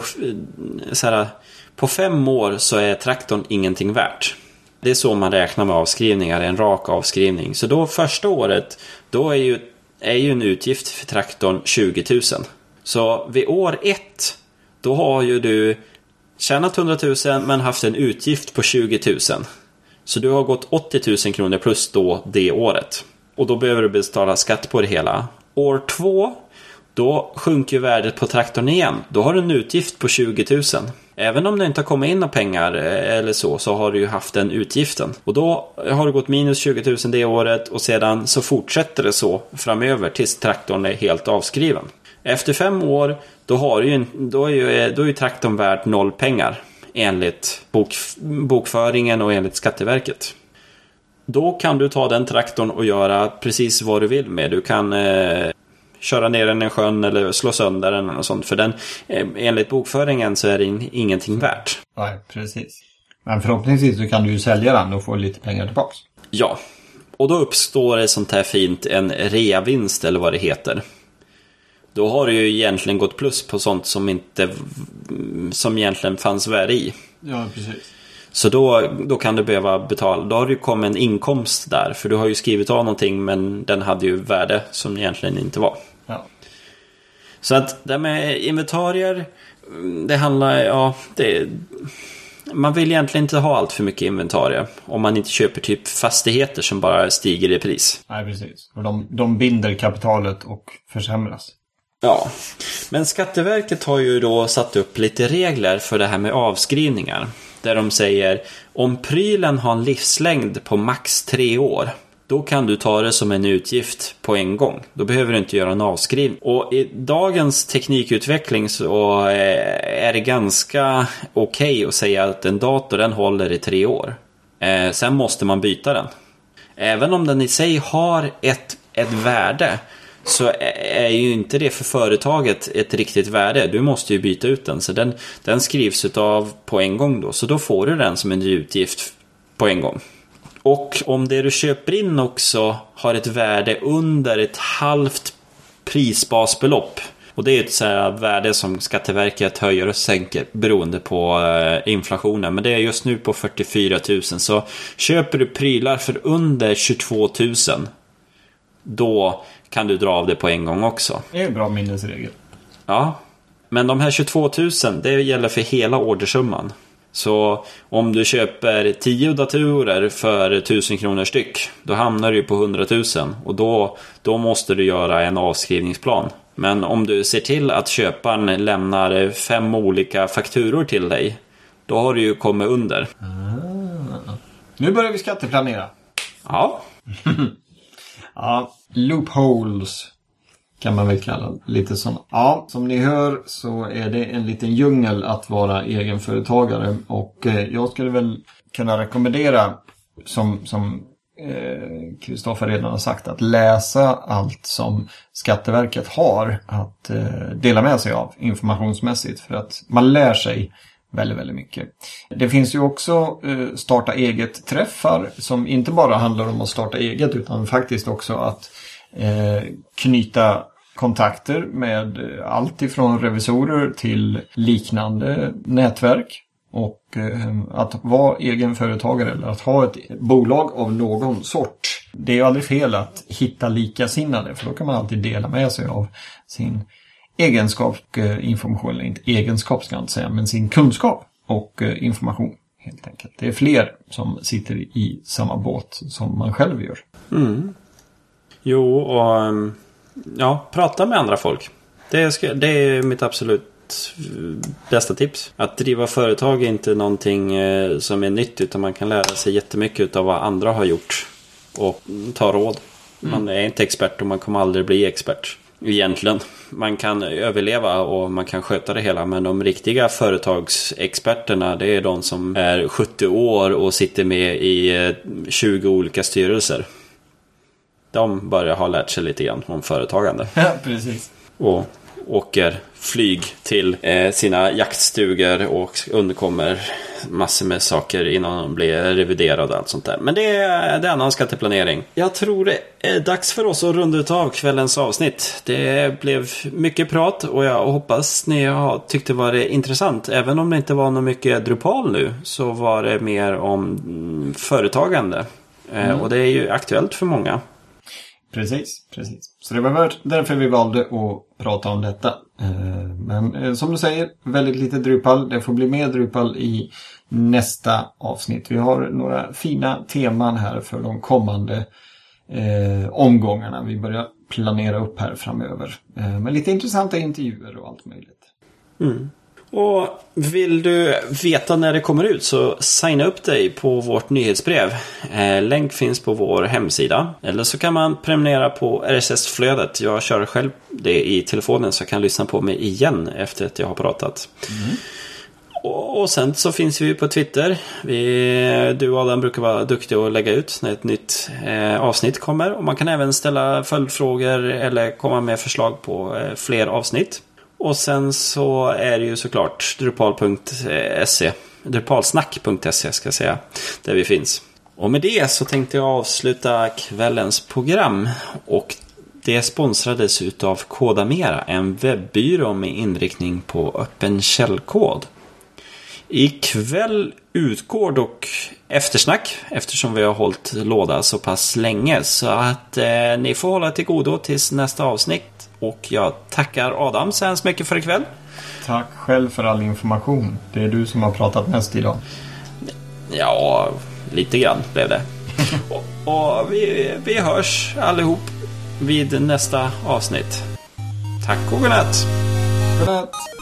på 5 år så är traktorn ingenting värt. Det är så man räknar med avskrivningar, en rak avskrivning. Så då första året, då är ju en utgift för traktorn 20 000. Så vid år 1, då har ju du tjänat 100 000 men haft en utgift på 20 000. Så du har gått 80 000 kronor plus då det året. Och då behöver du betala skatt på det hela. År 2, då sjunker värdet på traktorn igen. Då har du en utgift på 20 000. Även om det inte har kommit in några pengar eller så har du ju haft den utgiften. Och då har du gått minus 20 000 det året och sedan så fortsätter det så framöver tills traktorn är helt avskriven. Efter 5 år, då är ju traktorn värd 0 pengar enligt bokföringen och enligt Skatteverket. Då kan du ta den traktorn och göra precis vad du vill med. Du kan köra ner den i sjön eller slå sönder den eller sånt. För den, enligt bokföringen så är det ingenting värt. Nej, precis. Men förhoppningsvis så kan du ju sälja den och få lite pengar tillbaka. Ja, och då uppstår det sånt här fint, en reavinst eller vad det heter. Då har du ju egentligen gått plus på sånt som egentligen fanns värde i. Ja, precis. Så då kan du behöva betala. Då har det ju kommit en inkomst där. För du har ju skrivit av någonting, men den hade ju värde som egentligen inte var. Ja. Så att det med inventarier, det handlar, man vill egentligen inte ha allt för mycket inventarier. Om man inte köper typ fastigheter som bara stiger i pris. Nej, precis. Och de binder kapitalet och försämras. Ja, men Skatteverket har ju då satt upp lite regler för det här med avskrivningar. Där de säger, om prylen har en livslängd på max 3 år, då kan du ta det som en utgift på en gång. Då behöver du inte göra en avskrivning. Och i dagens teknikutveckling så är det ganska okej att säga att en dator den håller i 3 år. Sen måste man byta den. Även om den i sig har ett värde, så är ju inte det för företaget ett riktigt värde. Du måste ju byta ut den. Så den skrivs utav på en gång då. Så då får du den som en utgift på en gång. Och om det du köper in också har ett värde under ett halvt prisbasbelopp. Och det är ett så här värde som Skatteverket höjer och sänker beroende på inflationen. Men det är just nu på 44 000. Så köper du prylar för under 22 000, då kan du dra av det på en gång också. Det är en bra minnesregel. Ja, men de här 22 000, det gäller för hela ordersumman. Så om du köper 10 datorer för 1000 kronor styck, då hamnar du på 100 000. Och då måste du göra en avskrivningsplan. Men om du ser till att köparen lämnar 5 olika fakturor till dig, då har du ju kommit under. Nu börjar vi skatteplanera. Ja. Ja, loopholes kan man väl kalla lite sådana. Ja, som ni hör så är det en liten djungel att vara egenföretagare. Och jag skulle väl kunna rekommendera som Kristoffer redan har sagt, att läsa allt som Skatteverket har att dela med sig av informationsmässigt, för att man lär sig väldigt, väldigt mycket. Det finns ju också starta eget-träffar som inte bara handlar om att starta eget, utan faktiskt också att knyta kontakter med allt ifrån revisorer till liknande nätverk. Och att vara egenföretagare eller att ha ett bolag av någon sort. Det är ju aldrig fel att hitta likasinnade, för då kan man alltid dela med sig av sin information, eller inte egenskap ska jag inte säga, men sin kunskap och information helt enkelt. Det är fler som sitter i samma båt som man själv gör. Mm. Jo, och prata med andra folk. Det är mitt absolut bästa tips. Att driva företag är inte någonting som är nytt, utan man kan lära sig jättemycket av vad andra har gjort och ta råd. Man är inte expert och man kommer aldrig bli expert egentligen. Man kan överleva och man kan sköta det hela, men de riktiga företagsexperterna, det är de som är 70 år och sitter med i 20 olika styrelser. De börjar ha lärt sig lite grann om företagande. Ja, precis. Och åker flyg till sina jaktstugor och undkommer massor med saker innan de blir reviderade och allt sånt där. Men det är annan skatteplanering. Jag tror det är dags för oss att runda av kvällens avsnitt. Det blev mycket prat och jag hoppas ni har tyckt det var intressant. Även om det inte var något mycket Drupal nu, så var det mer om företagande. Och det är ju aktuellt för många. Precis. Så det var därför vi valde att prata om detta. Men som du säger, väldigt lite Drupal. Det får bli mer Drupal i nästa avsnitt. Vi har några fina teman här för de kommande omgångarna. Vi börjar planera upp här framöver. Men lite intressanta intervjuer och allt möjligt. Mm. Och vill du veta när det kommer ut, så signa upp dig på vårt nyhetsbrev. Länk finns på vår hemsida. Eller så kan man prenumerera på RSS-flödet. Jag kör själv det i telefonen, så jag kan lyssna på mig igen efter att jag har pratat. Och sen så finns vi på Twitter. Du och Adam brukar vara duktiga att lägga ut när ett nytt avsnitt kommer. Och man kan även ställa följdfrågor eller komma med förslag på fler avsnitt. Och sen så är det ju såklart drupalsnack.se ska jag säga, där vi finns. Och med det så tänkte jag avsluta kvällens program, och det sponsrades utav Kodamera, en webbyrå med inriktning på öppen källkod. Ikväll utgår dock eftersnack, eftersom vi har hållit låda så pass länge, så att ni får hålla till godo tills nästa avsnitt. Och jag tackar Adam så hemskt mycket för ikväll. Tack själv för all information. Det är du som har pratat mest idag. Ja, lite grann blev det. och vi hörs allihop vid nästa avsnitt. Tack och godnatt. Godnatt.